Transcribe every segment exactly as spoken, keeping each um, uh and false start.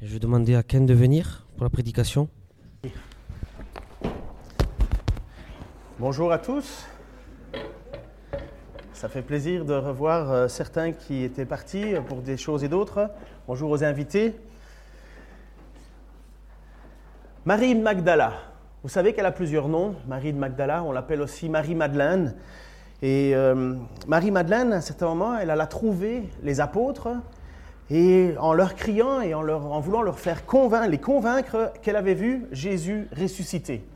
Je vais demander à Ken de venir pour la prédication. Bonjour à tous. Ça fait plaisir de revoir euh, certains qui étaient partis pour des choses et d'autres. Bonjour aux invités. Marie de Magdala. Vous savez qu'elle a plusieurs noms. Marie de Magdala, on l'appelle aussi Marie-Madeleine. Et euh, Marie-Madeleine, à un certain moment, elle alla trouver les apôtres et en leur criant et en, leur, en voulant leur faire convaincre, les convaincre qu'elle avait vu Jésus ressuscité.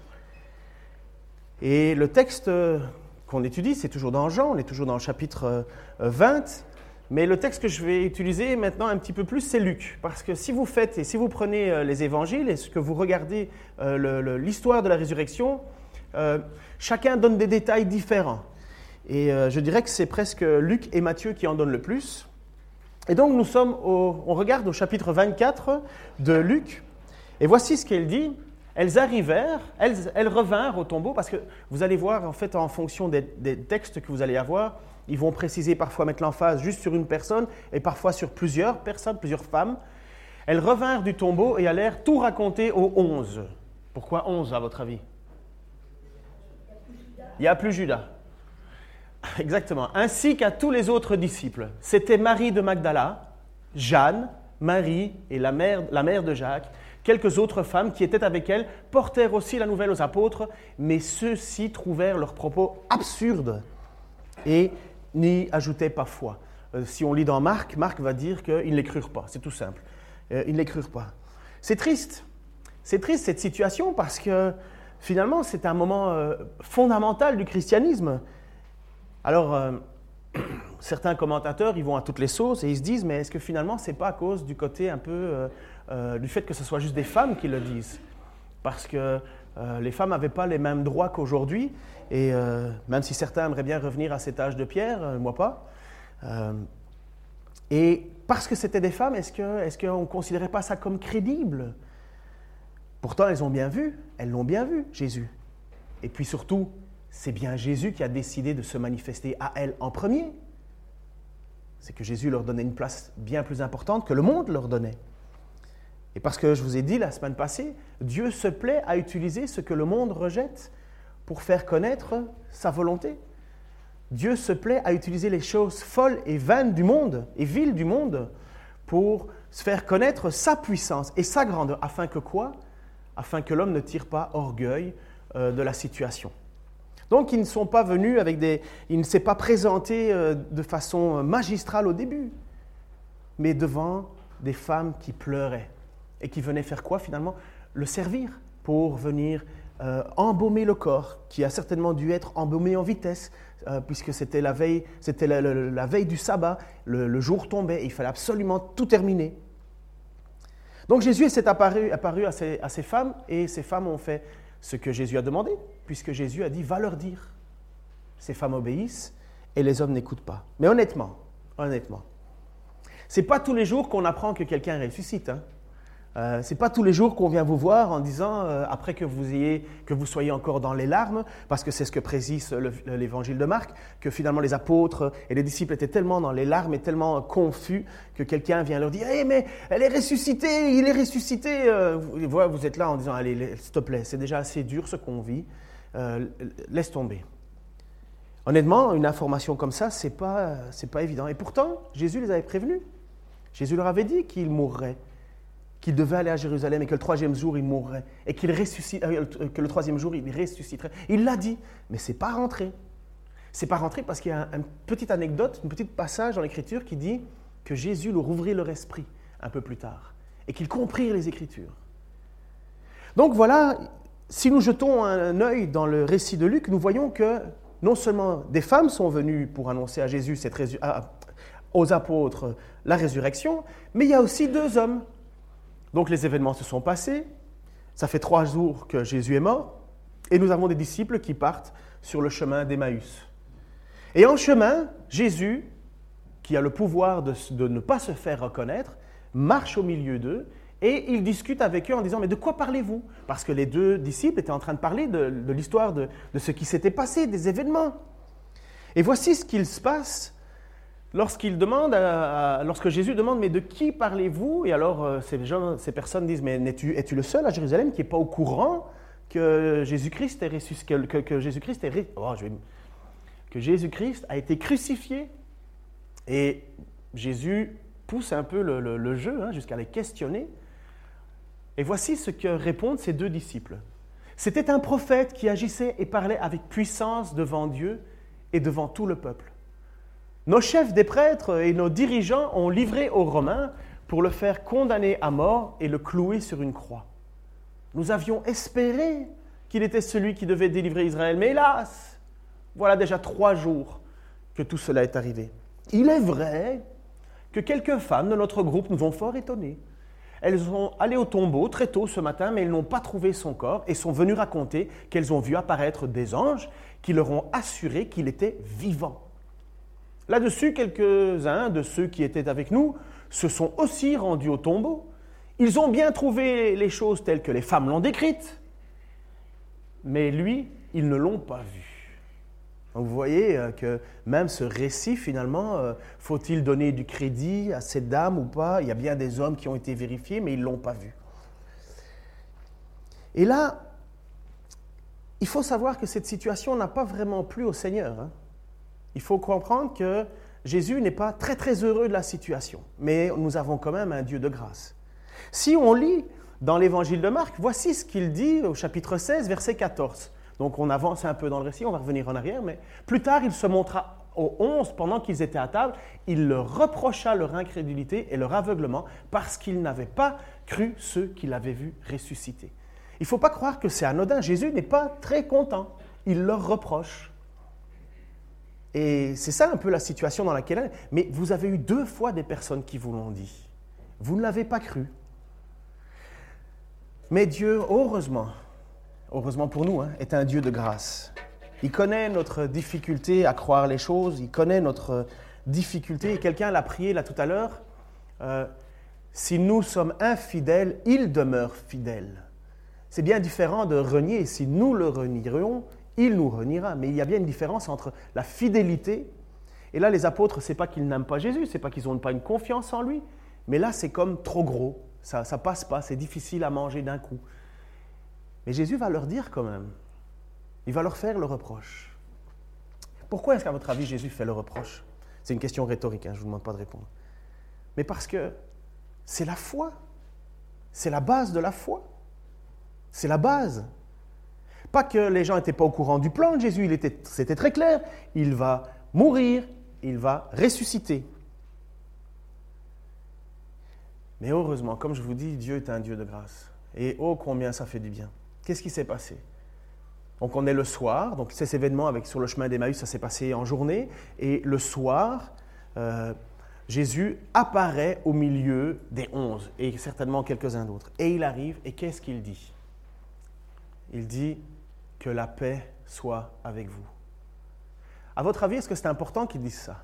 Et le texte qu'on étudie, c'est toujours dans Jean, on est toujours dans le chapitre vingt, mais le texte que je vais utiliser maintenant un petit peu plus, c'est Luc. Parce que si vous faites et si vous prenez les évangiles et ce que vous regardez euh, le, le, l'histoire de la résurrection, euh, chacun donne des détails différents. Et euh, je dirais que c'est presque Luc et Matthieu qui en donnent le plus. Et donc nous sommes au, on regarde au chapitre vingt-quatre de Luc, et voici ce qu'elle dit. Elles arrivèrent, elles, elles revinrent au tombeau, parce que vous allez voir, en fait, en fonction des, des textes que vous allez avoir, ils vont préciser, parfois mettre l'emphase juste sur une personne, et parfois sur plusieurs personnes, plusieurs femmes. Elles revinrent du tombeau et allèrent tout raconter aux onze. Pourquoi onze, à votre avis? Il n'y a plus Judas. Exactement. Ainsi qu'à tous les autres disciples. C'était Marie de Magdala, Jeanne, Marie et la mère, la mère de Jacques. Quelques autres femmes qui étaient avec elle portèrent aussi la nouvelle aux apôtres, mais ceux-ci trouvèrent leurs propos absurdes et n'y ajoutaient pas foi. Euh, si on lit dans Marc, Marc va dire qu'ils ne les crurent pas. C'est tout simple. Euh, ils ne les crurent pas. C'est triste. C'est triste cette situation parce que finalement c'est un moment euh, fondamental du christianisme. Alors, euh, certains commentateurs, ils vont à toutes les sauces et ils se disent, mais est-ce que finalement, ce n'est pas à cause du côté un peu, euh, euh, du fait que ce soit juste des femmes qui le disent? Parce que euh, les femmes n'avaient pas les mêmes droits qu'aujourd'hui, et euh, même si certains aimeraient bien revenir à cet âge de pierre, euh, moi pas. Euh, et parce que c'était des femmes, est-ce que, est-ce qu'on ne considérait pas ça comme crédible? Pourtant, elles ont bien vu, elles l'ont bien vu, Jésus. Et puis surtout, c'est bien Jésus qui a décidé de se manifester à elles en premier. C'est que Jésus leur donnait une place bien plus importante que le monde leur donnait. Et parce que je vous ai dit la semaine passée, Dieu se plaît à utiliser ce que le monde rejette pour faire connaître sa volonté. Dieu se plaît à utiliser les choses folles et vaines du monde et viles du monde pour se faire connaître sa puissance et sa grandeur. Afin que quoi? Afin que l'homme ne tire pas orgueil euh, de la situation. Donc, ils ne sont pas venus avec des... Il ne s'est pas présenté euh, de façon magistrale au début, mais devant des femmes qui pleuraient et qui venaient faire quoi finalement? Le servir pour venir euh, embaumer le corps, qui a certainement dû être embaumé en vitesse, euh, puisque c'était la veille, c'était la, la, la veille du sabbat, le, le jour tombait et il fallait absolument tout terminer. Donc, Jésus s'est apparu, apparu à, ces, à ces femmes et ces femmes ont fait ce que Jésus a demandé, puisque Jésus a dit « va leur dire ». Ces femmes obéissent et les hommes n'écoutent pas. Mais honnêtement, honnêtement, ce n'est pas tous les jours qu'on apprend que quelqu'un ressuscite. Hein. Euh, ce n'est pas tous les jours qu'on vient vous voir en disant, euh, après que vous, ayez, que vous soyez encore dans les larmes, parce que c'est ce que précise le, l'évangile de Marc, que finalement les apôtres et les disciples étaient tellement dans les larmes et tellement confus que quelqu'un vient leur dire hey, « mais elle est ressuscitée, il est ressuscité euh, !» vous, vous êtes là en disant « Allez, s'il te plaît, c'est déjà assez dur ce qu'on vit, euh, laisse tomber. » Honnêtement, une information comme ça, ce n'est pas, c'est pas évident. Et pourtant, Jésus les avait prévenus. Jésus leur avait dit qu'il mourrait, qu'il devait aller à Jérusalem et que le troisième jour, il mourrait, et qu'il ressuscite, euh, que le troisième jour, il ressusciterait. Il l'a dit, mais ce n'est pas rentré. Ce n'est pas rentré parce qu'il y a une petite anecdote, un petit passage dans l'Écriture qui dit que Jésus leur ouvrit leur esprit un peu plus tard et qu'ils comprirent les Écritures. Donc voilà, si nous jetons un œil dans le récit de Luc, nous voyons que non seulement des femmes sont venues pour annoncer à Jésus, cette résu- à, aux apôtres, la résurrection, mais il y a aussi deux hommes. Donc les événements se sont passés, ça fait trois jours que Jésus est mort, et nous avons des disciples qui partent sur le chemin d'Emmaüs. Et en chemin, Jésus, qui a le pouvoir de, de ne pas se faire reconnaître, marche au milieu d'eux, et il discute avec eux en disant « Mais de quoi parlez-vous » Parce que les deux disciples étaient en train de parler de, de l'histoire de, de ce qui s'était passé, des événements. Et voici ce qu'il se passe lorsqu'il demande à- à- lorsque Jésus demande « Mais de qui parlez-vous » Et alors euh, ces, gens, ces personnes disent « Mais es-tu, es-tu le seul à Jérusalem qui n'est pas au courant que Jésus-Christ est ressuscité, que, que, que Jésus-Christ est ré- oh, je vais- que Jésus-Christ a été crucifié ?» Et Jésus pousse un peu le, le- le jeu hein, jusqu'à les questionner. Et voici ce que répondent ces deux disciples. C'était un prophète qui agissait et parlait avec puissance devant Dieu et devant tout le peuple. Nos chefs des prêtres et nos dirigeants ont livré aux Romains pour le faire condamner à mort et le clouer sur une croix. Nous avions espéré qu'il était celui qui devait délivrer Israël, mais hélas, voilà déjà trois jours que tout cela est arrivé. Il est vrai que quelques femmes de notre groupe nous ont fort étonnés. Elles sont allées au tombeau très tôt ce matin, mais elles n'ont pas trouvé son corps et sont venues raconter qu'elles ont vu apparaître des anges qui leur ont assuré qu'il était vivant. Là-dessus, quelques-uns de ceux qui étaient avec nous se sont aussi rendus au tombeau. Ils ont bien trouvé les choses telles que les femmes l'ont décrites, mais lui, ils ne l'ont pas vu. Donc vous voyez que même ce récit, finalement, euh, faut-il donner du crédit à cette dame ou pas? Il y a bien des hommes qui ont été vérifiés, mais ils ne l'ont pas vu. Et là, il faut savoir que cette situation n'a pas vraiment plu au Seigneur. Hein. Il faut comprendre que Jésus n'est pas très très heureux de la situation, mais nous avons quand même un Dieu de grâce. Si on lit dans l'évangile de Marc, voici ce qu'il dit au chapitre seize, verset quatorze. Donc on avance un peu dans le récit, on va revenir en arrière, mais plus tard il se montra aux onze, pendant qu'ils étaient à table, il leur reprocha leur incrédulité et leur aveuglement parce qu'ils n'avaient pas cru ceux qu'il avait vus ressusciter. Il ne faut pas croire que c'est anodin, Jésus n'est pas très content, il leur reproche. Et c'est ça un peu la situation dans laquelle elle est. Mais vous avez eu deux fois des personnes qui vous l'ont dit. Vous ne l'avez pas cru. Mais Dieu, heureusement, heureusement pour nous, hein, est un Dieu de grâce. Il connaît notre difficulté à croire les choses, il connaît notre difficulté. Et quelqu'un l'a prié là tout à l'heure, euh, si nous sommes infidèles, il demeure fidèle. C'est bien différent de renier. Si nous le renierions, il nous reniera. Mais il y a bien une différence entre la fidélité, et là les apôtres, ce n'est pas qu'ils n'aiment pas Jésus, ce n'est pas qu'ils n'ont pas une confiance en lui, mais là c'est comme trop gros, ça ne passe pas, c'est difficile à manger d'un coup. Mais Jésus va leur dire quand même, il va leur faire le reproche. Pourquoi est-ce qu'à votre avis Jésus fait le reproche? C'est une question rhétorique, hein, je ne vous demande pas de répondre. Mais parce que c'est la foi, c'est la base de la foi, c'est la base. Pas que les gens n'étaient pas au courant du plan de Jésus, il était, c'était très clair, il va mourir, il va ressusciter. Mais heureusement, comme je vous dis, Dieu est un Dieu de grâce. Et oh combien ça fait du bien. Qu'est-ce qui s'est passé? Donc on est le soir, donc ces événements avec, sur le chemin d'Emmaüs, ça s'est passé en journée, et le soir, euh, Jésus apparaît au milieu des onze, et certainement quelques-uns d'autres. Et il arrive, et qu'est-ce qu'il dit? Il dit que la paix soit avec vous. À votre avis, est-ce que c'est important qu'il dise ça?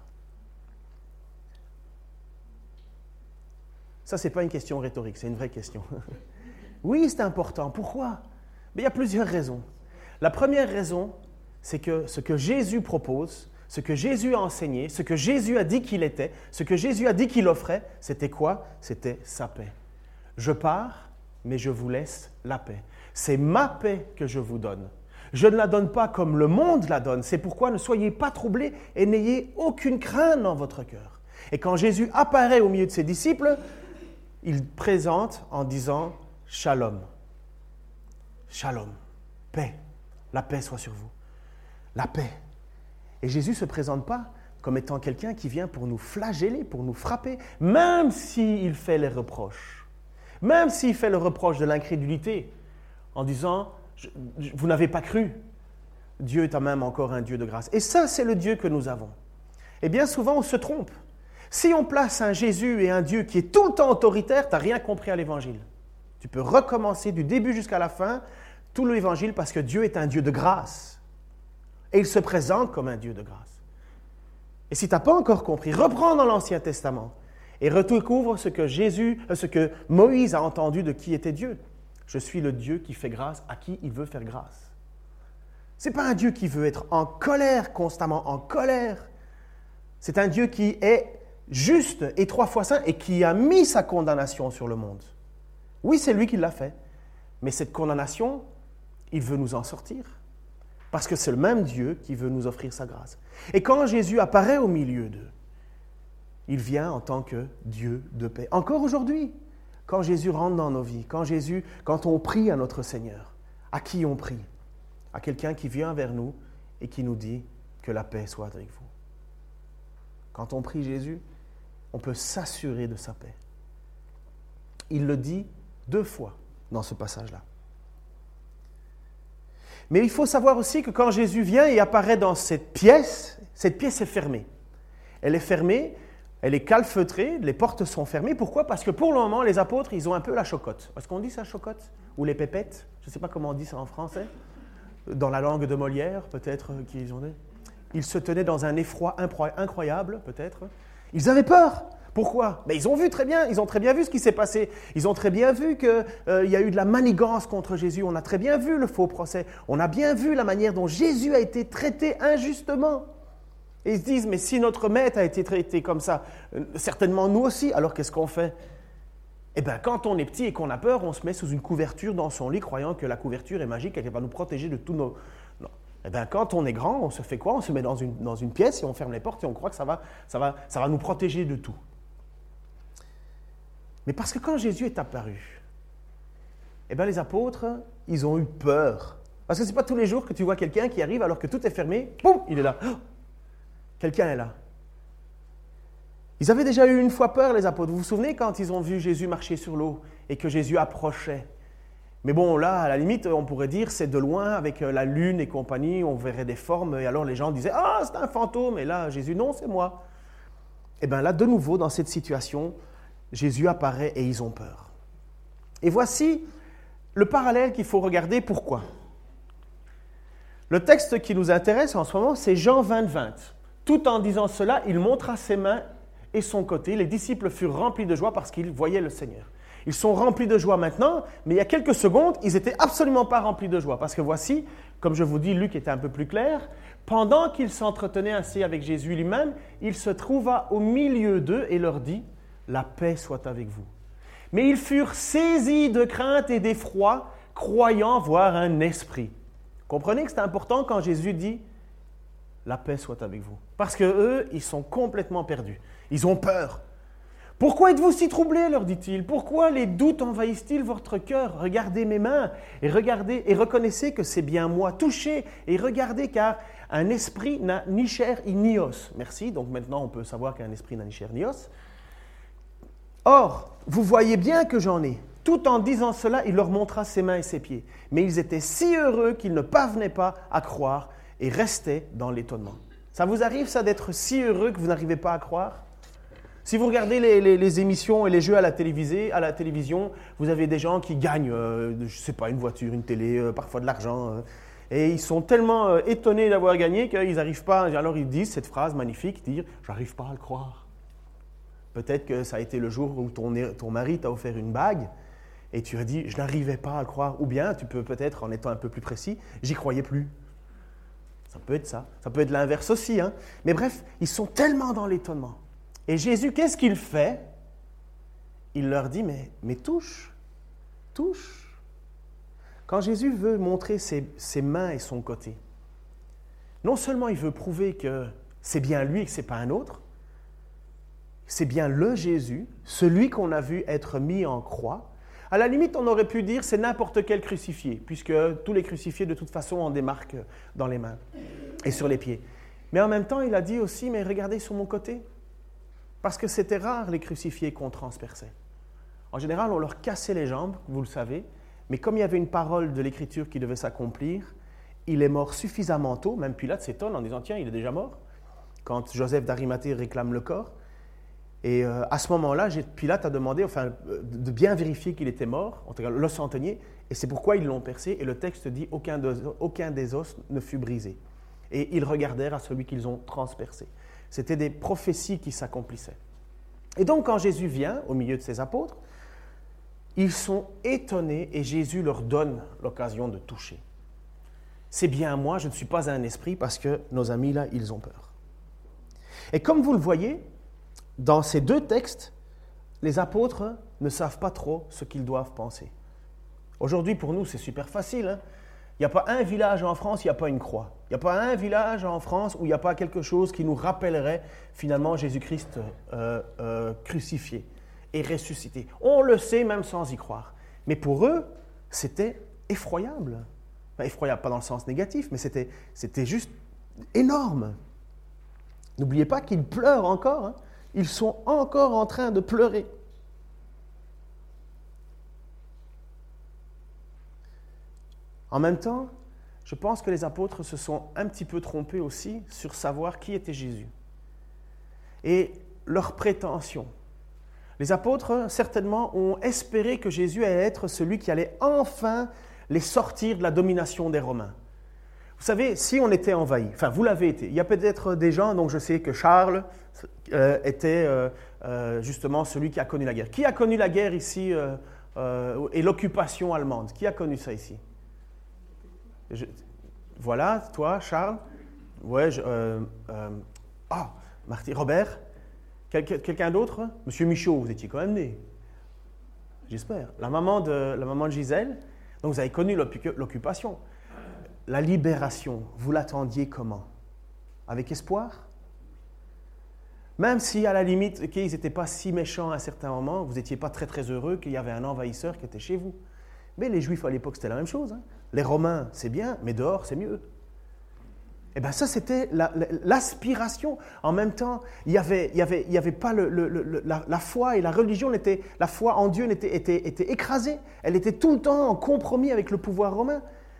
Ça, ce n'est pas une question rhétorique, c'est une vraie question. Oui, c'est important. Pourquoi? Mais il y a plusieurs raisons. La première raison, c'est que ce que Jésus propose, ce que Jésus a enseigné, ce que Jésus a dit qu'il était, ce que Jésus a dit qu'il offrait, c'était quoi? C'était sa paix. Je pars, mais je vous laisse la paix. C'est ma paix que je vous donne. Je ne la donne pas comme le monde la donne. C'est pourquoi ne soyez pas troublés et n'ayez aucune crainte dans votre cœur. Et quand Jésus apparaît au milieu de ses disciples, il présente en disant « Shalom ». Shalom, paix. La paix soit sur vous. La paix. Et Jésus ne se présente pas comme étant quelqu'un qui vient pour nous flageller, pour nous frapper, même s'il fait les reproches. Même s'il fait le reproche de l'incrédulité, en disant je, je, « Vous n'avez pas cru ». Dieu est quand même encore un Dieu de grâce. Et ça, c'est le Dieu que nous avons. Et bien souvent, on se trompe. Si on place un Jésus et un Dieu qui est tout le temps autoritaire, tu n'as rien compris à l'Évangile. Tu peux recommencer du début jusqu'à la fin tout l'Évangile parce que Dieu est un Dieu de grâce. Et il se présente comme un Dieu de grâce. Et si tu n'as pas encore compris, reprends dans l'Ancien Testament et redécouvre ce que Jésus, ce que Moïse a entendu de qui était Dieu. Je suis le Dieu qui fait grâce à qui il veut faire grâce. Ce n'est pas un Dieu qui veut être en colère, constamment en colère. C'est un Dieu qui est juste et trois fois saint et qui a mis sa condamnation sur le monde. Oui, c'est lui qui l'a fait. Mais cette condamnation, il veut nous en sortir. Parce que c'est le même Dieu qui veut nous offrir sa grâce. Et quand Jésus apparaît au milieu d'eux, il vient en tant que Dieu de paix. Encore aujourd'hui, quand Jésus rentre dans nos vies, quand Jésus, quand on prie à notre Seigneur, à qui on prie? À quelqu'un qui vient vers nous et qui nous dit que la paix soit avec vous. Quand on prie Jésus, on peut s'assurer de sa paix. Il le dit deux fois dans ce passage-là. Mais il faut savoir aussi que quand Jésus vient et apparaît dans cette pièce, cette pièce est fermée. Elle est fermée, elle est calfeutrée, les portes sont fermées. Pourquoi? Parce que pour le moment, les apôtres, ils ont un peu la chocotte. Est-ce qu'on dit ça, chocotte? Ou les pépettes? Je ne sais pas comment on dit ça en français. Dans la langue de Molière, peut-être qu'ils ont dit. Ils se tenaient dans un effroi incroyable, peut-être. Ils avaient peur. Pourquoi? Ben, ils ont vu très bien, ils ont très bien vu ce qui s'est passé. Ils ont très bien vu qu'il euh, y a eu de la manigance contre Jésus. On a très bien vu le faux procès. On a bien vu la manière dont Jésus a été traité injustement. Et ils se disent, mais si notre maître a été traité comme ça, euh, certainement nous aussi, alors qu'est-ce qu'on fait? Eh bien, quand on est petit et qu'on a peur, on se met sous une couverture dans son lit, croyant que la couverture est magique et qu'elle va nous protéger de tous nos... Non. Eh bien, quand on est grand, on se fait quoi? On se met dans une, dans une pièce et on ferme les portes et on croit que ça va, ça va, ça va nous protéger de tout. Mais parce que quand Jésus est apparu, eh bien, les apôtres, ils ont eu peur. Parce que ce n'est pas tous les jours que tu vois quelqu'un qui arrive alors que tout est fermé, boum, il est là. Oh, quelqu'un est là. Ils avaient déjà eu une fois peur, les apôtres. Vous vous souvenez quand ils ont vu Jésus marcher sur l'eau et que Jésus approchait? Mais bon, là, à la limite, on pourrait dire, c'est de loin, avec la lune et compagnie, on verrait des formes. Et alors les gens disaient, ah, c'est un fantôme. Et là, Jésus, non, c'est moi. Et bien là, de nouveau, dans cette situation, Jésus apparaît et ils ont peur. Et voici le parallèle qu'il faut regarder. Pourquoi? Le texte qui nous intéresse en ce moment, c'est Jean vingt, vingt. Tout en disant cela, il montra ses mains et son côté. Les disciples furent remplis de joie parce qu'ils voyaient le Seigneur. Ils sont remplis de joie maintenant, mais il y a quelques secondes, ils n'étaient absolument pas remplis de joie. Parce que voici, comme je vous dis, Luc était un peu plus clair, pendant qu'ils s'entretenaient ainsi avec Jésus lui-même, il se trouva au milieu d'eux et leur dit, « La paix soit avec vous. » Mais ils furent saisis de crainte et d'effroi, croyant voir un esprit. Comprenez que c'est important quand Jésus dit « La paix soit avec vous. » Parce qu'eux, ils sont complètement perdus. Ils ont peur. « Pourquoi êtes-vous si troublés ?» leur dit-il. « Pourquoi les doutes envahissent-ils votre cœur? Regardez mes mains et regardez et reconnaissez que c'est bien moi. Touchez et regardez car un esprit n'a ni chair ni os. » Merci, donc maintenant on peut savoir qu'un esprit n'a ni chair ni os. Or, vous voyez bien que j'en ai. Tout en disant cela, il leur montra ses mains et ses pieds. Mais ils étaient si heureux qu'ils ne parvenaient pas à croire et restaient dans l'étonnement. Ça vous arrive, ça, d'être si heureux que vous n'arrivez pas à croire? Si vous regardez les, les, les émissions et les jeux à la, à la télévision, vous avez des gens qui gagnent, euh, je ne sais pas, une voiture, une télé, euh, parfois de l'argent. Euh, et ils sont tellement euh, étonnés d'avoir gagné qu'ils n'arrivent pas. Alors ils disent cette phrase magnifique, dire « j'arrive pas à le croire ». Peut-être que ça a été le jour où ton, ton mari t'a offert une bague et tu as dit « je n'arrivais pas à le croire ». Ou bien tu peux peut-être, en étant un peu plus précis, « j'y croyais plus ». Ça peut être ça. Ça peut être l'inverse aussi. Hein. Mais bref, ils sont tellement dans l'étonnement. Et Jésus, qu'est-ce qu'il fait? Il leur dit, mais, mais touche, touche. Quand Jésus veut montrer ses, ses mains et son côté, non seulement il veut prouver que c'est bien lui et que ce n'est pas un autre, c'est bien le Jésus, celui qu'on a vu être mis en croix. À la limite, on aurait pu dire c'est n'importe quel crucifié, puisque tous les crucifiés, de toute façon, ont des marques dans les mains et sur les pieds. Mais en même temps, il a dit aussi, mais regardez sur mon côté. Parce que c'était rare, les crucifiés qu'on transperçait. En général, on leur cassait les jambes, vous le savez, mais comme il y avait une parole de l'Écriture qui devait s'accomplir, il est mort suffisamment tôt, même Pilate s'étonne en disant, tiens, il est déjà mort, quand Joseph d'Arimathée réclame le corps. Et euh, à ce moment-là, Pilate a demandé enfin, de bien vérifier qu'il était mort, en tout cas l'os centenier, et c'est pourquoi ils l'ont percé, et le texte dit aucun, de, aucun des os ne fut brisé. Et ils regardèrent à celui qu'ils ont transpercé. C'était des prophéties qui s'accomplissaient. Et donc, quand Jésus vient au milieu de ses apôtres, ils sont étonnés et Jésus leur donne l'occasion de toucher. C'est bien moi, je ne suis pas un esprit, parce que nos amis là, ils ont peur. Et comme vous le voyez, dans ces deux textes, les apôtres ne savent pas trop ce qu'ils doivent penser. Aujourd'hui, pour nous, c'est super facile. Hein? Il n'y a pas un village en France, il n'y a pas une croix. Il n'y a pas un village en France où il n'y a pas quelque chose qui nous rappellerait finalement Jésus-Christ euh, euh, crucifié et ressuscité. On le sait même sans y croire. Mais pour eux, c'était effroyable. Enfin, effroyable, pas dans le sens négatif, mais c'était, c'était juste énorme. N'oubliez pas qu'ils pleurent encore. Hein. Ils sont encore en train de pleurer. En même temps, je pense que les apôtres se sont un petit peu trompés aussi sur savoir qui était Jésus et leurs prétentions. Les apôtres, certainement, ont espéré que Jésus allait être celui qui allait enfin les sortir de la domination des Romains. Vous savez, si on était envahi, enfin vous l'avez été, il y a peut-être des gens, donc je sais que Charles euh, était euh, euh, justement celui qui a connu la guerre. Qui a connu la guerre ici euh, euh, et l'occupation allemande? Qui a connu ça ici? Je, voilà, toi, Charles. Ouais, je, euh, euh, ah, Marty, Robert. Quel, quelqu'un d'autre? Monsieur Michaud, vous étiez quand même né. J'espère. La maman de, la maman de Gisèle. Donc, vous avez connu l'occupation. La libération, vous l'attendiez comment? Avec espoir? Même si, à la limite, okay, ils n'étaient pas si méchants à un certain moment, vous n'étiez pas très, très heureux qu'il y avait un envahisseur qui était chez vous. Mais les Juifs, à l'époque, c'était la même chose. Hein. Les Romains, c'est bien, mais dehors, c'est mieux. Et bien ça, c'était la, la, l'aspiration. En même temps, il n'y avait, il y avait, il y avait pas le, le, le, la, la foi et la religion, était, la foi en Dieu était, était, était écrasée. Elle était tout le temps en compromis avec le pouvoir romain.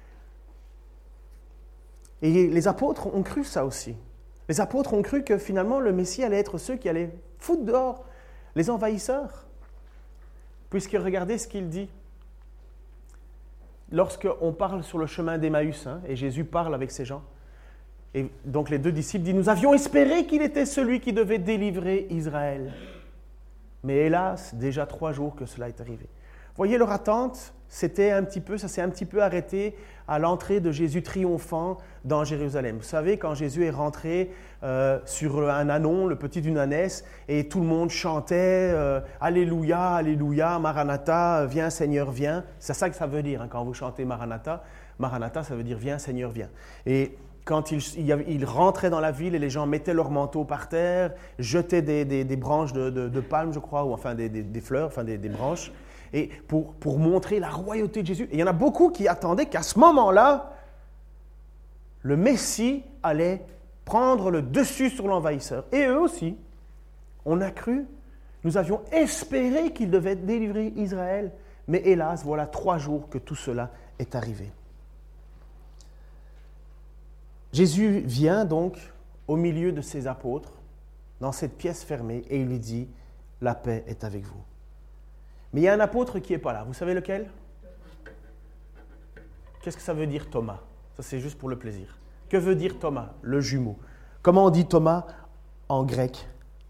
Et les apôtres ont cru ça aussi. Les apôtres ont cru que finalement, le Messie allait être ceux qui allaient foutre dehors les envahisseurs. Puisque regardez ce qu'il dit. Lorsqu'on parle sur le chemin d'Emmaüs, hein, et Jésus parle avec ces gens, et donc les deux disciples disent « Nous avions espéré qu'il était celui qui devait délivrer Israël. » Mais hélas, déjà trois jours que cela est arrivé. Vous voyez, leur attente, c'était un petit peu, ça s'est un petit peu arrêté à l'entrée de Jésus triomphant dans Jérusalem. Vous savez, quand Jésus est rentré euh, sur un ânon, le petit d'une ânesse, et tout le monde chantait euh, « Alléluia, Alléluia, Maranatha, viens Seigneur, viens ». C'est ça que ça veut dire hein, quand vous chantez Maranatha. Maranatha, ça veut dire « viens Seigneur, viens ». Et quand il, il, il rentrait dans la ville et les gens mettaient leurs manteaux par terre, jetaient des, des, des branches de, de, de palme, je crois, ou enfin des, des, des fleurs, enfin des, des branches, et pour, pour montrer la royauté de Jésus. Et il y en a beaucoup qui attendaient qu'à ce moment-là, le Messie allait prendre le dessus sur l'envahisseur. Et eux aussi, on a cru, nous avions espéré qu'il devait délivrer Israël, mais hélas, voilà trois jours que tout cela est arrivé. Jésus vient donc au milieu de ses apôtres, dans cette pièce fermée, et il lui dit « La paix est avec vous ». Mais il y a un apôtre qui n'est pas là. Vous savez lequel? Qu'est-ce que ça veut dire Thomas? Ça, c'est juste pour le plaisir. Que veut dire Thomas, le jumeau? Comment on dit Thomas en grec?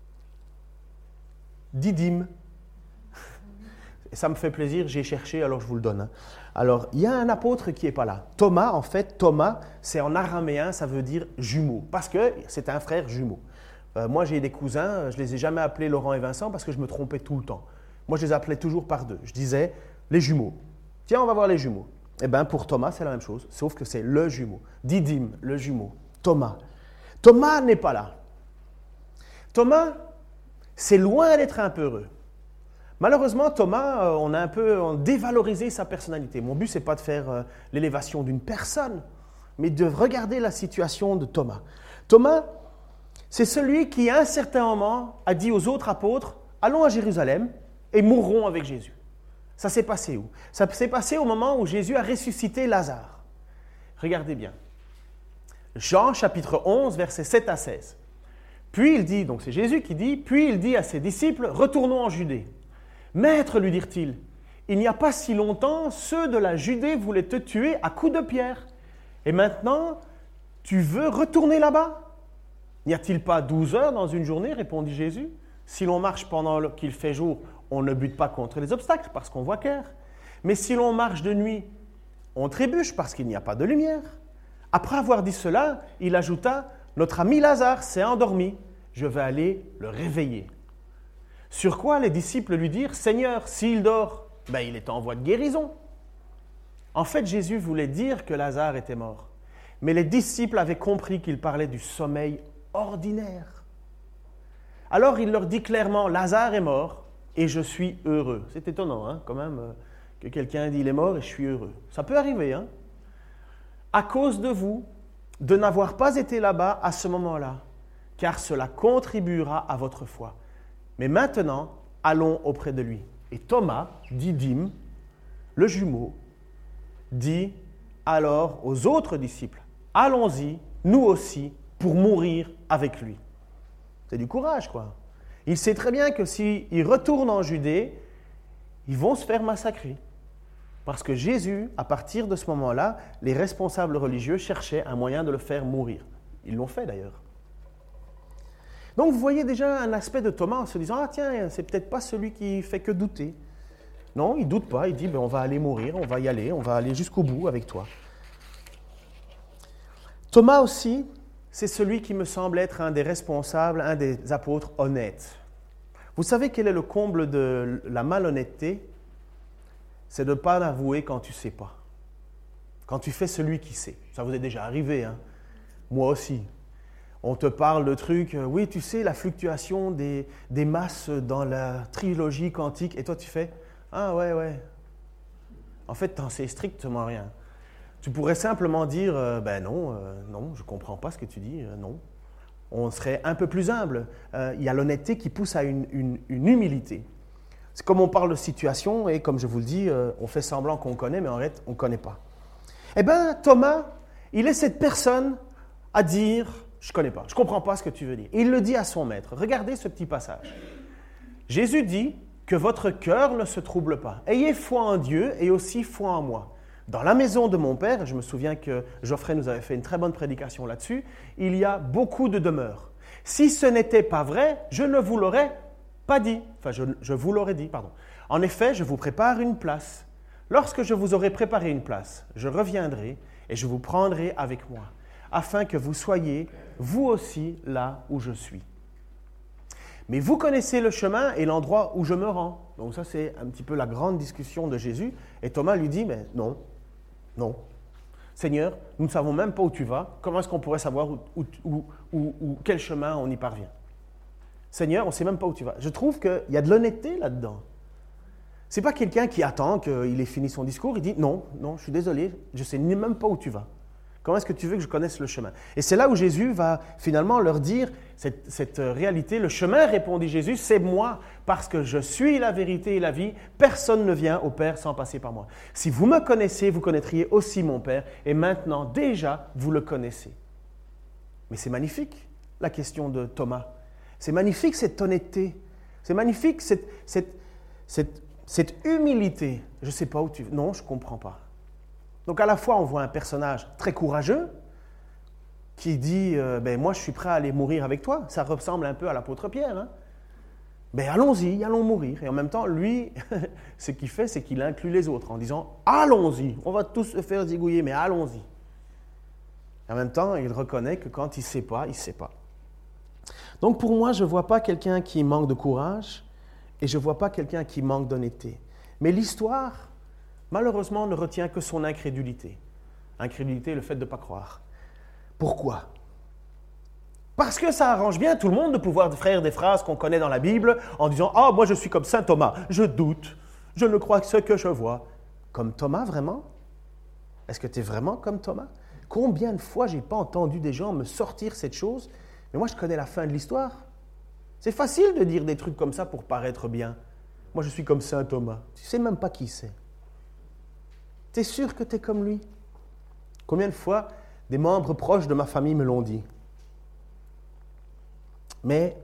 Didyme. Et ça me fait plaisir, j'ai cherché, alors je vous le donne. Hein. Alors, il y a un apôtre qui n'est pas là. Thomas, en fait, Thomas, c'est en araméen, ça veut dire jumeau, parce que c'est un frère jumeau. Euh, moi, j'ai des cousins, je ne les ai jamais appelés Laurent et Vincent parce que je me trompais tout le temps. Moi, je les appelais toujours par deux. Je disais les jumeaux. Tiens, on va voir les jumeaux. Eh bien, pour Thomas, c'est la même chose, sauf que c'est le jumeau. Didyme, le jumeau. Thomas. Thomas n'est pas là. Thomas, c'est loin d'être un peu heureux. Malheureusement, Thomas, on a un peu on a dévalorisé sa personnalité. Mon but, ce n'est pas de faire euh, l'élévation d'une personne, mais de regarder la situation de Thomas. Thomas, c'est celui qui, à un certain moment, a dit aux autres apôtres, « Allons à Jérusalem et mourrons avec Jésus. » Ça s'est passé où? Ça s'est passé au moment où Jésus a ressuscité Lazare. Regardez bien. Jean, chapitre onze, versets sept à seize. Puis il dit, donc c'est Jésus qui dit, puis il dit à ses disciples, « Retournons en Judée. » « Maître, lui dirent-ils, il n'y a pas si longtemps, ceux de la Judée voulaient te tuer à coups de pierre. Et maintenant, tu veux retourner là-bas? N'y a-t-il pas douze heures dans une journée, répondit Jésus. Si l'on marche pendant qu'il fait jour, on ne bute pas contre les obstacles parce qu'on voit clair. Mais si l'on marche de nuit, on trébuche parce qu'il n'y a pas de lumière. Après avoir dit cela, il ajouta, notre ami Lazare s'est endormi je vais aller le réveiller. » Sur quoi les disciples lui dirent, « Seigneur, s'il dort, ben, il est en voie de guérison. » En fait, Jésus voulait dire que Lazare était mort. Mais les disciples avaient compris qu'il parlait du sommeil ordinaire. Alors il leur dit clairement, « Lazare est mort et je suis heureux. » C'est étonnant, hein, quand même, euh, que quelqu'un dit « il est mort et je suis heureux ». Ça peut arriver, hein. À cause de vous, de n'avoir pas été là-bas à ce moment-là, car cela contribuera à votre foi. Mais maintenant, allons auprès de lui. Et Thomas, Didyme, le jumeau, dit alors aux autres disciples, « Allons-y, nous aussi, pour mourir avec lui. » C'est du courage, quoi. Il sait très bien que s'ils retournent en Judée, ils vont se faire massacrer. Parce que Jésus, à partir de ce moment-là, les responsables religieux cherchaient un moyen de le faire mourir. Ils l'ont fait d'ailleurs. Donc vous voyez déjà un aspect de Thomas en se disant « Ah tiens, c'est peut-être pas celui qui fait que douter. » Non, il ne doute pas, il dit ben, « On va aller mourir, on va y aller, on va aller jusqu'au bout avec toi. » Thomas aussi, c'est celui qui me semble être un des responsables, un des apôtres honnêtes. Vous savez quel est le comble de la malhonnêteté? C'est de ne pas l'avouer quand tu ne sais pas. Quand tu fais celui qui sait. Ça vous est déjà arrivé, hein? Moi aussi. On te parle de trucs, euh, oui, tu sais, la fluctuation des, des masses dans la trilogie quantique, et toi tu fais, ah ouais, ouais. En fait, tu n'en sais strictement rien. Tu pourrais simplement dire, euh, ben non, euh, non, je ne comprends pas ce que tu dis, euh, non. On serait un peu plus humble. Euh, il y a l'honnêteté qui pousse à une, une, une humilité. C'est comme on parle de situation, et comme je vous le dis, euh, on fait semblant qu'on connaît, mais en fait, on ne connaît pas. Eh bien, Thomas, il est cette personne à dire, je ne connais pas, je ne comprends pas ce que tu veux dire. Et il le dit à son maître. Regardez ce petit passage. Jésus dit que votre cœur ne se trouble pas. Ayez foi en Dieu et aussi foi en moi. Dans la maison de mon père, je me souviens que Geoffrey nous avait fait une très bonne prédication là-dessus, il y a beaucoup de demeures. Si ce n'était pas vrai, je ne vous l'aurais pas dit. Enfin, je, je vous l'aurais dit, pardon. En effet, je vous prépare une place. Lorsque je vous aurai préparé une place, je reviendrai et je vous prendrai avec moi, afin que vous soyez, vous aussi, là où je suis. Mais vous connaissez le chemin et l'endroit où je me rends. Donc ça, c'est un petit peu la grande discussion de Jésus. Et Thomas lui dit, mais non, non. Seigneur, nous ne savons même pas où tu vas. Comment est-ce qu'on pourrait savoir où, où, où, où, où, quel chemin on y parvient? Seigneur, on ne sait même pas où tu vas. Je trouve qu'il y a de l'honnêteté là-dedans. Ce n'est pas quelqu'un qui attend qu'il ait fini son discours. Il dit, non, non, je suis désolé, je ne sais même pas où tu vas. Comment est-ce que tu veux que je connaisse le chemin? Et c'est là où Jésus va finalement leur dire cette, cette réalité. Le chemin, répondit Jésus, c'est moi, parce que je suis la vérité et la vie. Personne ne vient au Père sans passer par moi. Si vous me connaissez, vous connaîtriez aussi mon Père. Et maintenant, déjà, vous le connaissez. Mais c'est magnifique, la question de Thomas. C'est magnifique, cette honnêteté. C'est magnifique, cette, cette, cette, cette humilité. Je ne sais pas où tu... Non, je ne comprends pas. Donc à la fois, on voit un personnage très courageux qui dit euh, « ben, moi, je suis prêt à aller mourir avec toi ». Ça ressemble un peu à l'apôtre Pierre. Hein? Ben, allons-y, allons mourir. Et en même temps, lui, ce qu'il fait, c'est qu'il inclut les autres en disant « allons-y, on va tous se faire zigouiller, mais allons-y ». En même temps, il reconnaît que quand il ne sait pas, il ne sait pas. Donc pour moi, je ne vois pas quelqu'un qui manque de courage et je ne vois pas quelqu'un qui manque d'honnêteté. Mais l'histoire, malheureusement, ne retient que son incrédulité. Incrédulité, le fait de ne pas croire. Pourquoi? Parce que ça arrange bien tout le monde de pouvoir faire des phrases qu'on connaît dans la Bible en disant « Ah, moi je suis comme saint Thomas, je doute, je ne crois que ce que je vois. » Comme Thomas, vraiment? Est-ce que tu es vraiment comme Thomas? Combien de fois je n'ai pas entendu des gens me sortir cette chose? Mais moi, je connais la fin de l'histoire. C'est facile de dire des trucs comme ça pour paraître bien. Moi, je suis comme saint Thomas. Tu ne sais même pas qui c'est. Tu es sûr que tu es comme lui? Combien de fois des membres proches de ma famille me l'ont dit? Mais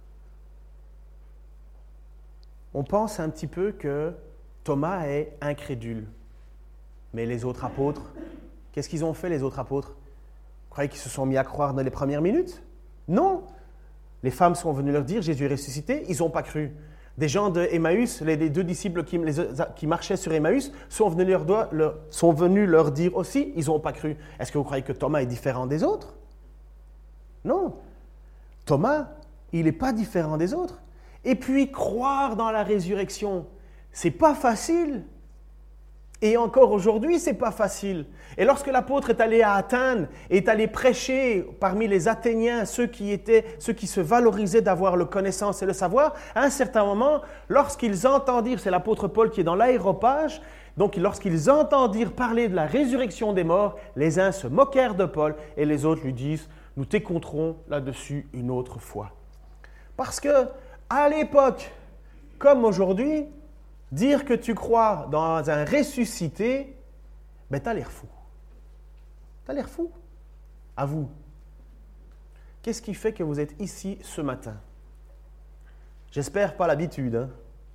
on pense un petit peu que Thomas est incrédule. Mais les autres apôtres, qu'est-ce qu'ils ont fait, les autres apôtres? Vous croyez qu'ils se sont mis à croire dans les premières minutes? Non. Les femmes sont venues leur dire, Jésus est ressuscité, ils n'ont pas cru. Des gens de Emmaüs, les, les deux disciples qui, les, qui marchaient sur Emmaüs, sont venus leur, leur, sont venus leur dire aussi, ils n'ont pas cru. Est-ce que vous croyez que Thomas est différent des autres? Non. Thomas, il n'est pas différent des autres. Et puis, croire dans la résurrection, c'est pas facile. Et encore aujourd'hui, c'est pas facile. Et lorsque l'apôtre est allé à Athènes, est allé prêcher parmi les Athéniens, ceux qui étaient, ceux qui se valorisaient d'avoir le connaissance et le savoir, à un certain moment, lorsqu'ils entendirent, c'est l'apôtre Paul qui est dans l'aréopage, donc lorsqu'ils entendirent parler de la résurrection des morts, les uns se moquèrent de Paul et les autres lui disent, nous t'écouterons là-dessus une autre fois. Parce que, à l'époque, comme aujourd'hui, dire que tu crois dans un ressuscité, ben t'as l'air fou. T'as l'air fou. À vous. Qu'est-ce qui fait que vous êtes ici ce matin? J'espère pas l'habitude. Hein?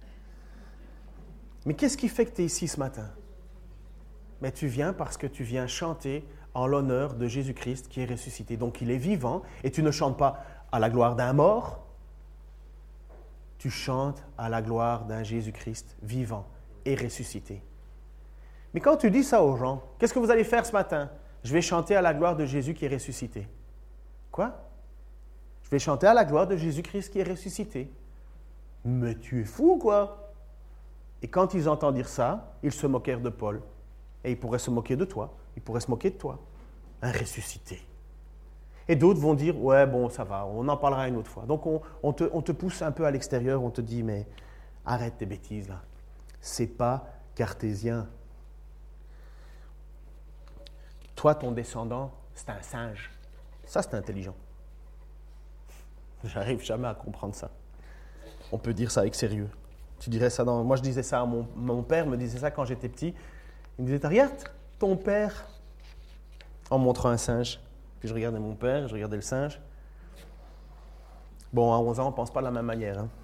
Mais qu'est-ce qui fait que tu es ici ce matin? Ben, tu viens parce que tu viens chanter en l'honneur de Jésus-Christ qui est ressuscité. Donc il est vivant et tu ne chantes pas à la gloire d'un mort. Tu chantes à la gloire d'un Jésus-Christ vivant et ressuscité. Mais quand tu dis ça aux gens, qu'est-ce que vous allez faire ce matin? Je vais chanter à la gloire de Jésus qui est ressuscité. Quoi? Je vais chanter à la gloire de Jésus-Christ qui est ressuscité. Mais tu es fou, quoi! Et quand ils entendent dire ça, ils se moquèrent de Paul. Et ils pourraient se moquer de toi. Ils pourraient se moquer de toi. Un ressuscité. Et d'autres vont dire, ouais, bon, ça va, on en parlera une autre fois. Donc, on, on, te, on te pousse un peu à l'extérieur, on te dit, mais arrête tes bêtises, là. C'est pas cartésien. Toi, ton descendant, c'est un singe. Ça, c'est intelligent. J'arrive jamais à comprendre ça. On peut dire ça avec sérieux. Tu dirais ça dans... Moi, je disais ça à mon, mon père, me disait ça quand j'étais petit. Il me disait, regarde, ton père, en montrant un singe. Puis je regardais mon père, je regardais le singe. Bon, à onze ans, on ne pense pas de la même manière. Hein.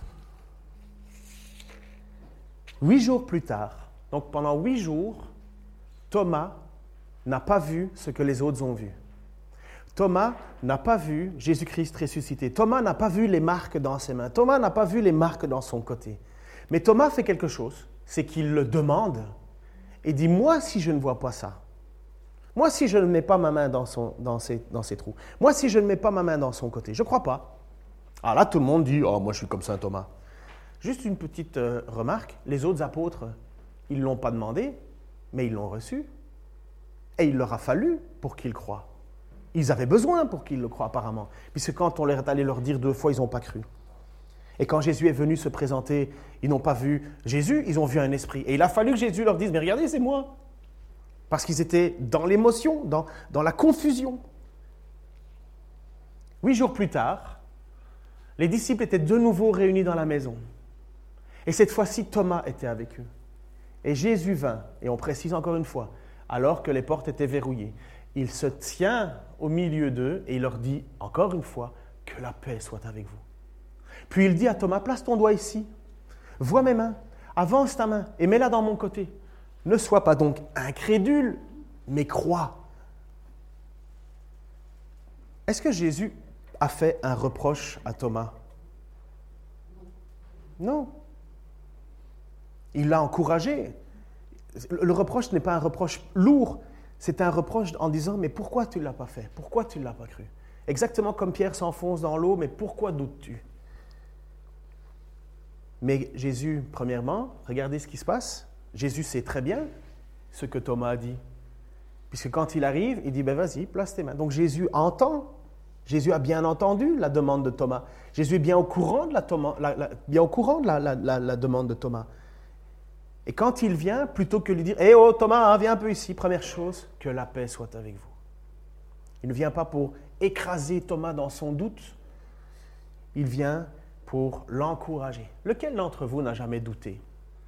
Huit jours plus tard, donc pendant huit jours, Thomas n'a pas vu ce que les autres ont vu. Thomas n'a pas vu Jésus-Christ ressuscité. Thomas n'a pas vu les marques dans ses mains. Thomas n'a pas vu les marques dans son côté. Mais Thomas fait quelque chose, c'est qu'il le demande et dit, moi, si je ne vois pas ça, moi, si je ne mets pas ma main dans, son, dans, ses, dans ses trous, moi, si je ne mets pas ma main dans son côté, je ne crois pas. Alors là, tout le monde dit, oh, moi, je suis comme saint Thomas. Juste une petite euh, remarque, les autres apôtres, ils ne l'ont pas demandé, mais ils l'ont reçu. Et il leur a fallu pour qu'ils croient. Ils avaient besoin pour qu'ils le croient apparemment. Puisque quand on leur est allé leur dire deux fois, ils n'ont pas cru. Et quand Jésus est venu se présenter, ils n'ont pas vu Jésus, ils ont vu un esprit. Et il a fallu que Jésus leur dise, mais regardez, c'est moi. Parce qu'ils étaient dans l'émotion, dans, dans la confusion. Huit jours plus tard, les disciples étaient de nouveau réunis dans la maison. Et cette fois-ci, Thomas était avec eux. Et Jésus vint, et on précise encore une fois, alors que les portes étaient verrouillées. Il se tient au milieu d'eux et il leur dit, encore une fois, que la paix soit avec vous. Puis il dit à Thomas, place ton doigt ici, vois mes mains, avance ta main et mets-la dans mon côté. Ne sois pas donc incrédule, mais crois. Est-ce que Jésus a fait un reproche à Thomas? Non. Il l'a encouragé. Le reproche n'est pas un reproche lourd, c'est un reproche en disant, mais pourquoi tu ne l'as pas fait? Pourquoi tu ne l'as pas cru? Exactement comme Pierre s'enfonce dans l'eau, mais pourquoi doutes-tu? Mais Jésus, premièrement, regardez ce qui se passe. Jésus sait très bien ce que Thomas a dit. Puisque quand il arrive, il dit, ben vas-y, place tes mains. Donc Jésus entend, Jésus a bien entendu la demande de Thomas. Jésus est bien au courant de la, Thomas, la, la, bien au courant de la, la, la, la demande de Thomas. Et quand il vient, plutôt que lui dire, hé hey, oh Thomas, hein, viens un peu ici, première chose, que la paix soit avec vous. Il ne vient pas pour écraser Thomas dans son doute, il vient pour l'encourager. Lequel d'entre vous n'a jamais douté?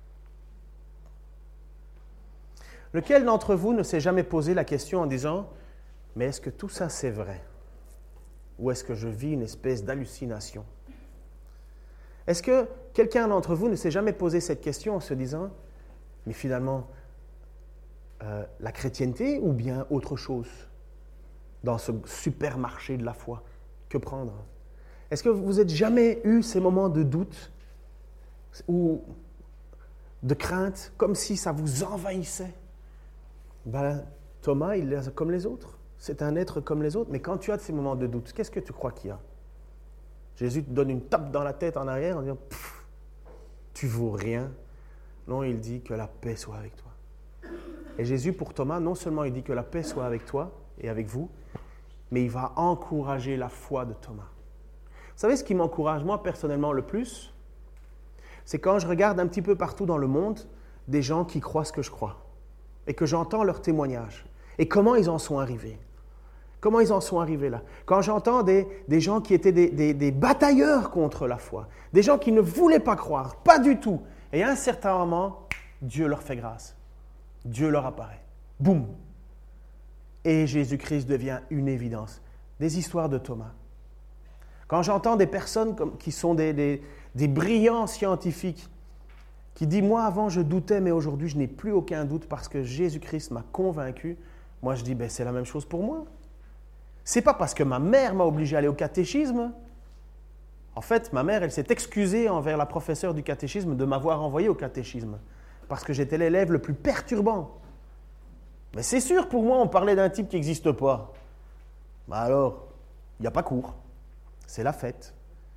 Lequel d'entre vous ne s'est jamais posé la question en disant, mais est-ce que tout ça c'est vrai? Ou est-ce que je vis une espèce d'hallucination? Est-ce que quelqu'un d'entre vous ne s'est jamais posé cette question en se disant, mais finalement, euh, la chrétienté ou bien autre chose dans ce supermarché de la foi? Que prendre? Est-ce que vous n'avez jamais eu ces moments de doute ou de crainte, comme si ça vous envahissait? Ben, Thomas, il est comme les autres. C'est un être comme les autres. Mais quand tu as ces moments de doute, qu'est-ce que tu crois qu'il y a? Jésus te donne une tape dans la tête en arrière en disant « Tu vaux rien ». Non, il dit que la paix soit avec toi. Et Jésus, pour Thomas, non seulement il dit que la paix soit avec toi et avec vous, mais il va encourager la foi de Thomas. Vous savez ce qui m'encourage, moi, personnellement, le plus? C'est quand je regarde un petit peu partout dans le monde des gens qui croient ce que je crois et que j'entends leurs témoignages et comment ils en sont arrivés. Comment ils en sont arrivés là? Quand j'entends des, des gens qui étaient des, des, des batailleurs contre la foi, des gens qui ne voulaient pas croire, pas du tout, et à un certain moment, Dieu leur fait grâce. Dieu leur apparaît. Boum! Et Jésus-Christ devient une évidence. Des histoires de Thomas. Quand j'entends des personnes comme, qui sont des, des, des brillants scientifiques, qui disent « Moi, avant, je doutais, mais aujourd'hui, je n'ai plus aucun doute parce que Jésus-Christ m'a convaincu. » Moi, je dis ben, « C'est la même chose pour moi. » Ce n'est pas parce que ma mère m'a obligé à aller au catéchisme. En fait, ma mère, elle s'est excusée envers la professeure du catéchisme de m'avoir envoyé au catéchisme parce que j'étais l'élève le plus perturbant. Mais c'est sûr, pour moi, on parlait d'un type qui n'existe pas. Ben alors, il n'y a pas cours. C'est la fête.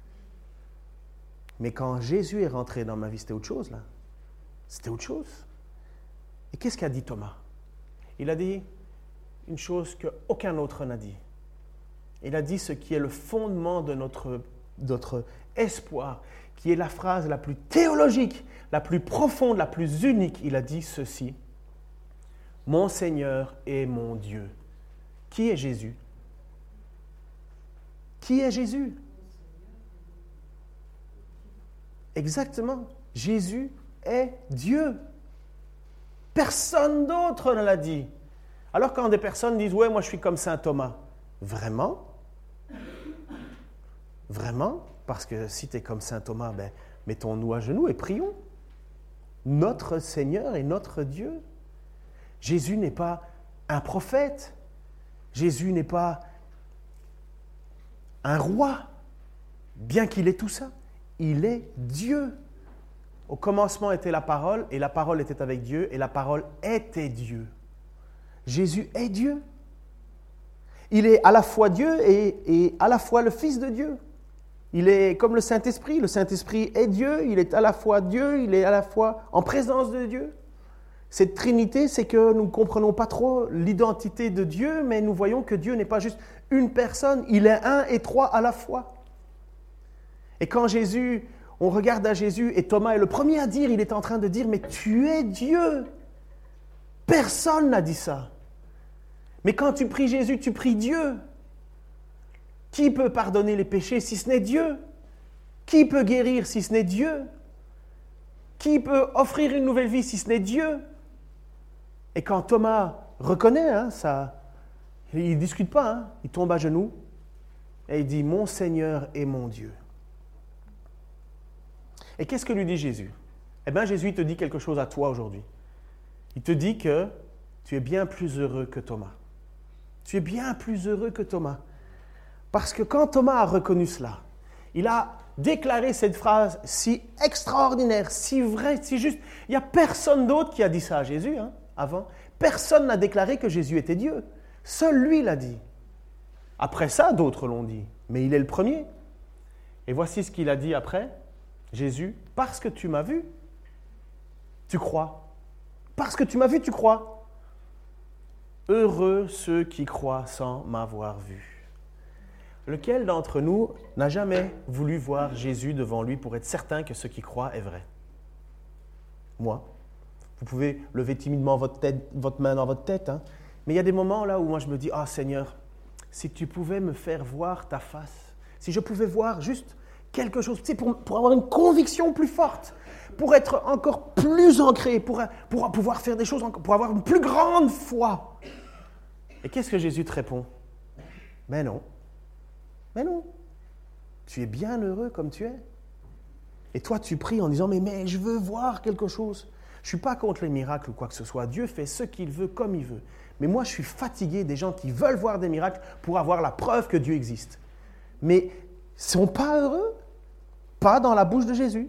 Mais quand Jésus est rentré dans ma vie, c'était autre chose, là. C'était autre chose. Et qu'est-ce qu'a dit Thomas? Il a dit une chose qu'aucun autre n'a dit. Il a dit ce qui est le fondement de notre, notre espoir, qui est la phrase la plus théologique, la plus profonde, la plus unique. Il a dit ceci: « Mon Seigneur et mon Dieu. » Qui est Jésus? Qui est Jésus? Exactement. Jésus est Dieu. Personne d'autre ne l'a dit. Alors quand des personnes disent « Ouais, moi je suis comme saint Thomas », vraiment? Vraiment? Parce que si tu es comme saint Thomas, ben, mettons-nous à genoux et prions. Notre Seigneur et notre Dieu. Jésus n'est pas un prophète. Jésus n'est pas un roi, bien qu'il ait tout ça. Il est Dieu. Au commencement était la parole, et la parole était avec Dieu, et la parole était Dieu. Jésus est Dieu. Il est à la fois Dieu et, et à la fois le Fils de Dieu. Il est comme le Saint-Esprit. Le Saint-Esprit est Dieu, il est à la fois Dieu, il est à la fois en présence de Dieu. Cette Trinité, c'est que nous ne comprenons pas trop l'identité de Dieu, mais nous voyons que Dieu n'est pas juste une personne, il est un et trois à la fois. Et quand Jésus, on regarde à Jésus, et Thomas est le premier à dire, il est en train de dire, mais tu es Dieu. Personne n'a dit ça. Mais quand tu pries Jésus, tu pries Dieu. Qui peut pardonner les péchés si ce n'est Dieu? Qui peut guérir si ce n'est Dieu? Qui peut offrir une nouvelle vie si ce n'est Dieu? Et quand Thomas reconnaît hein, ça, il ne discute pas, hein, il tombe à genoux et il dit « Mon Seigneur et mon Dieu ». Et qu'est-ce que lui dit Jésus? Eh bien, Jésus te dit quelque chose à toi aujourd'hui. Il te dit que tu es bien plus heureux que Thomas. Tu es bien plus heureux que Thomas. Parce que quand Thomas a reconnu cela, il a déclaré cette phrase si extraordinaire, si vraie, si juste. Il n'y a personne d'autre qui a dit ça à Jésus hein, avant. Personne n'a déclaré que Jésus était Dieu. Seul lui l'a dit. Après ça, d'autres l'ont dit. Mais il est le premier. Et voici ce qu'il a dit après. Jésus, parce que tu m'as vu, tu crois. Parce que tu m'as vu, tu crois. Heureux ceux qui croient sans m'avoir vu. Lequel d'entre nous n'a jamais voulu voir Jésus devant lui pour être certain que ce qu'il croit est vrai? Moi. Vous pouvez lever timidement votre, tête, votre main dans votre tête, hein? Mais il y a des moments là où moi je me dis « Ah Seigneur, si tu pouvais me faire voir ta face, si je pouvais voir juste quelque chose, tu sais, pour, pour avoir une conviction plus forte, pour être encore plus ancré, pour, pour pouvoir faire des choses, pour avoir une plus grande foi. » Et qu'est-ce que Jésus te répond? Mais non. Mais non. Tu es bien heureux comme tu es. Et toi, tu pries en disant, mais, mais je veux voir quelque chose. Je ne suis pas contre les miracles ou quoi que ce soit. Dieu fait ce qu'il veut comme il veut. Mais moi, je suis fatigué des gens qui veulent voir des miracles pour avoir la preuve que Dieu existe. Mais ils ne sont pas heureux. Pas dans la bouche de Jésus.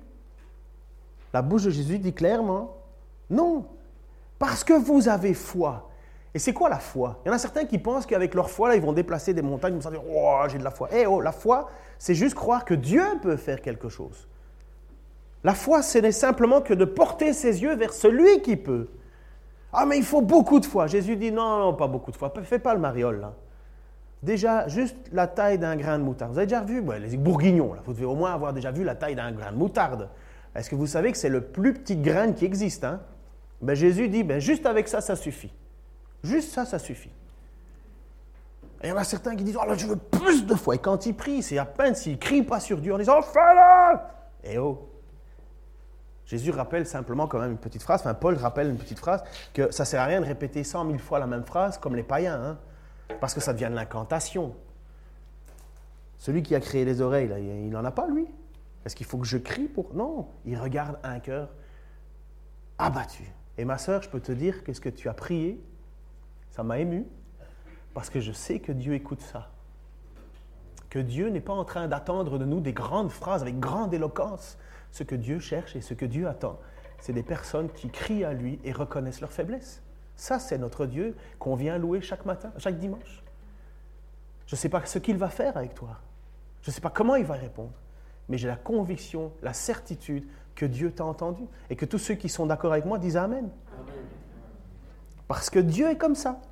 La bouche de Jésus dit clairement, non. Parce que vous avez foi. Et c'est quoi la foi? Il y en a certains qui pensent qu'avec leur foi, là, ils vont déplacer des montagnes, ils vont se dire « Oh, j'ai de la foi ». Eh oh, la foi, c'est juste croire que Dieu peut faire quelque chose. La foi, ce n'est simplement que de porter ses yeux vers celui qui peut. Ah, mais il faut beaucoup de foi. Jésus dit « Non, non, pas beaucoup de foi. Fais pas le mariole, là. » Déjà, juste la taille d'un grain de moutarde. Vous avez déjà vu, ouais, les bourguignons, là, vous devez au moins avoir déjà vu la taille d'un grain de moutarde. Est-ce que vous savez que c'est le plus petit grain qui existe, hein? Ben, Jésus dit, ben, juste avec ça, ça suffit. Juste ça, ça suffit. Et il y en a certains qui disent, oh là, je veux plus de foi. Et quand ils prient, c'est à peine s'ils ne crient pas sur Dieu en disant, oh, fais-le! Et oh! Jésus rappelle simplement quand même une petite phrase, enfin Paul rappelle une petite phrase, que ça ne sert à rien de répéter cent mille fois la même phrase comme les païens, hein, parce que ça devient de l'incantation. Celui qui a créé les oreilles, là, il n'en a pas, lui. Est-ce qu'il faut que je crie pour... Non, il regarde un cœur abattu. Et ma sœur, je peux te dire que ce que tu as prié, ça m'a ému, parce que je sais que Dieu écoute ça. Que Dieu n'est pas en train d'attendre de nous des grandes phrases avec grande éloquence. Ce que Dieu cherche et ce que Dieu attend, c'est des personnes qui crient à lui et reconnaissent leur faiblesse. Ça, c'est notre Dieu qu'on vient louer chaque matin, chaque dimanche. Je ne sais pas ce qu'il va faire avec toi. Je ne sais pas comment il va répondre. Mais j'ai la conviction, la certitude que Dieu t'a entendu. Et que tous ceux qui sont d'accord avec moi disent Amen. Amen. Parce que Dieu est comme ça.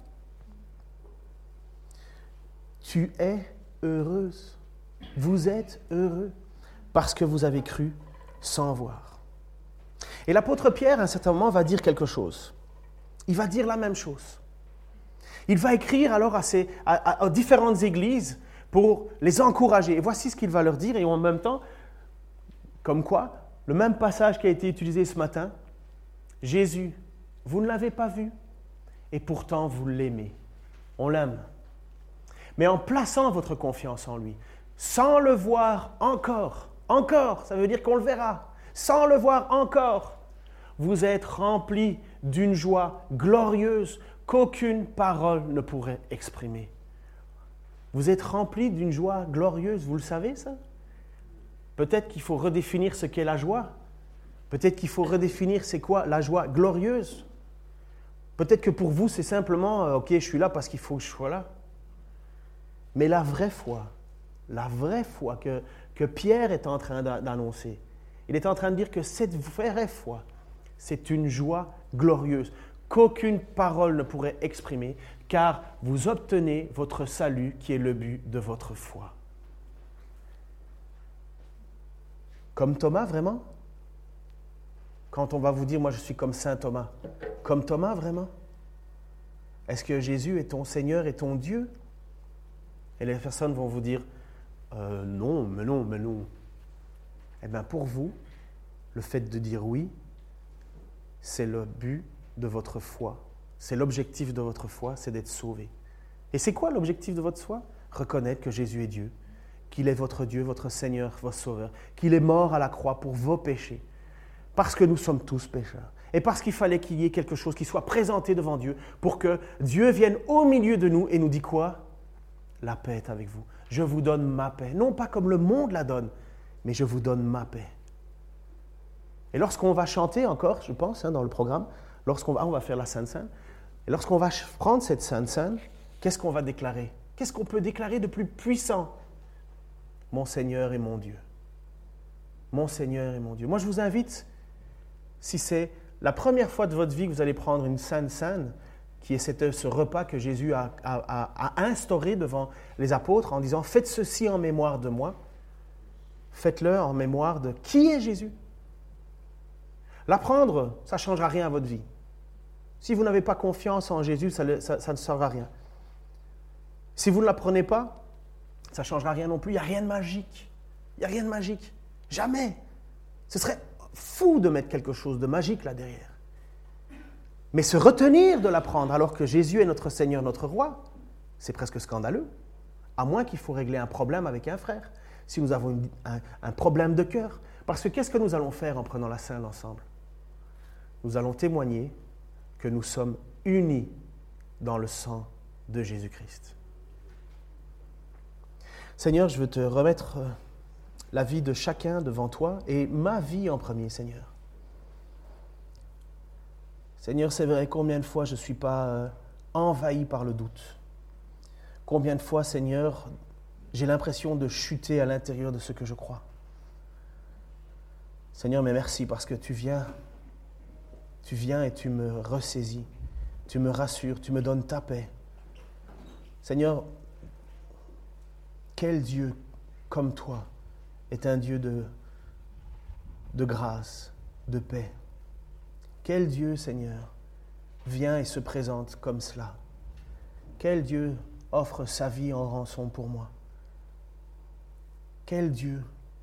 Tu es heureuse. Vous êtes heureux. Parce que vous avez cru sans voir. Et l'apôtre Pierre, à un certain moment, va dire quelque chose. Il va dire la même chose. Il va écrire alors à, ces, à, à, à différentes églises pour les encourager. Et voici ce qu'il va leur dire. Et en même temps, comme quoi, le même passage qui a été utilisé ce matin, Jésus, vous ne l'avez pas vu, et pourtant vous l'aimez. On l'aime. Mais en plaçant votre confiance en lui, sans le voir encore, encore, ça veut dire qu'on le verra, sans le voir encore, vous êtes remplis d'une joie glorieuse qu'aucune parole ne pourrait exprimer. Vous êtes remplis d'une joie glorieuse, vous le savez ça? Peut-être qu'il faut redéfinir ce qu'est la joie. Peut-être qu'il faut redéfinir c'est quoi la joie glorieuse. Peut-être que pour vous c'est simplement, euh, ok, je suis là parce qu'il faut que je sois là. Mais la vraie foi, la vraie foi que, que Pierre est en train d'annoncer, il est en train de dire que cette vraie foi, c'est une joie glorieuse qu'aucune parole ne pourrait exprimer, car vous obtenez votre salut qui est le but de votre foi. Comme Thomas, vraiment? Quand on va vous dire, moi je suis comme saint Thomas, comme Thomas, vraiment? Est-ce que Jésus est ton Seigneur et ton Dieu? Et les personnes vont vous dire, euh, non, mais non, mais non. Eh bien pour vous, le fait de dire oui, c'est le but de votre foi. C'est l'objectif de votre foi, c'est d'être sauvé. Et c'est quoi l'objectif de votre foi? Reconnaître que Jésus est Dieu, qu'il est votre Dieu, votre Seigneur, votre Sauveur, qu'il est mort à la croix pour vos péchés, parce que nous sommes tous pécheurs. Et parce qu'il fallait qu'il y ait quelque chose qui soit présenté devant Dieu pour que Dieu vienne au milieu de nous et nous dit quoi? La paix est avec vous. Je vous donne ma paix. Non pas comme le monde la donne, mais je vous donne ma paix. Et lorsqu'on va chanter encore, je pense, hein, dans le programme, lorsqu'on va, on va faire la Sainte Seine, et lorsqu'on va prendre cette Sainte Seine, qu'est-ce qu'on va déclarer? Qu'est-ce qu'on peut déclarer de plus puissant? Mon Seigneur et mon Dieu. Mon Seigneur et mon Dieu. Moi, je vous invite, si c'est la première fois de votre vie que vous allez prendre une Sainte Seine, qui est cette, ce repas que Jésus a, a, a, a instauré devant les apôtres en disant « Faites ceci en mémoire de moi », faites-le en mémoire de qui est Jésus. L'apprendre, ça ne changera rien à votre vie. Si vous n'avez pas confiance en Jésus, ça, le, ça, ça ne sert à rien. Si vous ne l'apprenez pas, ça ne changera rien non plus. Il n'y a rien de magique. Il n'y a rien de magique. Jamais. Ce serait fou de mettre quelque chose de magique là derrière. Mais se retenir de l'apprendre alors que Jésus est notre Seigneur, notre Roi, c'est presque scandaleux. À moins qu'il faut régler un problème avec un frère. Si nous avons une, un, un problème de cœur. Parce que qu'est-ce que nous allons faire en prenant la Sainte ensemble? Nous allons témoigner que nous sommes unis dans le sang de Jésus-Christ. Seigneur, je veux te remettre la vie de chacun devant toi et ma vie en premier, Seigneur. Seigneur, c'est vrai combien de fois je ne suis pas envahi par le doute. Combien de fois, Seigneur, j'ai l'impression de chuter à l'intérieur de ce que je crois. Seigneur, mais merci parce que tu viens, tu viens et tu me ressaisis, tu me rassures, tu me donnes ta paix. Seigneur, quel Dieu comme toi est un Dieu de, de grâce, de paix. Quel Dieu, Seigneur, vient et se présente comme cela. Quel Dieu offre sa vie en rançon pour moi. Quel Dieu,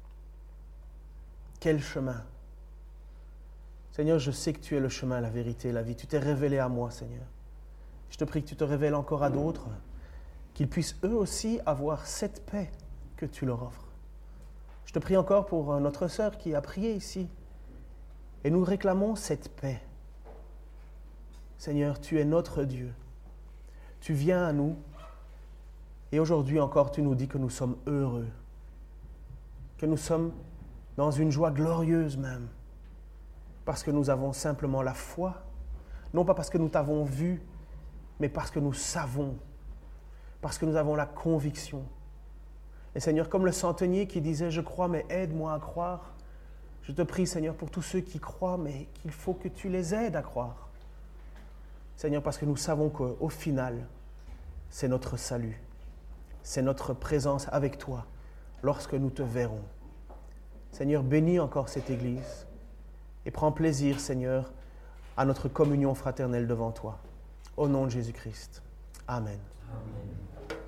quel chemin. Seigneur, je sais que tu es le chemin, la vérité et la vie. Tu t'es révélé à moi, Seigneur. Je te prie que tu te révèles encore à d'autres, qu'ils puissent eux aussi avoir cette paix que tu leur offres. Je te prie encore pour notre sœur qui a prié ici. Et nous réclamons cette paix. Seigneur, tu es notre Dieu. Tu viens à nous. Et aujourd'hui encore, tu nous dis que nous sommes heureux. Que nous sommes dans une joie glorieuse même. Parce que nous avons simplement la foi. Non pas parce que nous t'avons vu, mais parce que nous savons. Parce que nous avons la conviction. Et Seigneur, comme le centenier qui disait « Je crois, mais aide-moi à croire », je te prie, Seigneur, pour tous ceux qui croient, mais qu'il faut que tu les aides à croire. Seigneur, parce que nous savons qu'au final, c'est notre salut. C'est notre présence avec toi lorsque nous te verrons. Seigneur, bénis encore cette Église et prends plaisir, Seigneur, à notre communion fraternelle devant toi. Au nom de Jésus-Christ. Amen. Amen.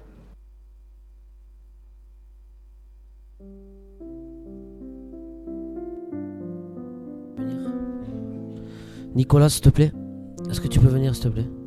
Nicolas, s'il te plaît, est-ce que tu peux venir, s'il te plaît?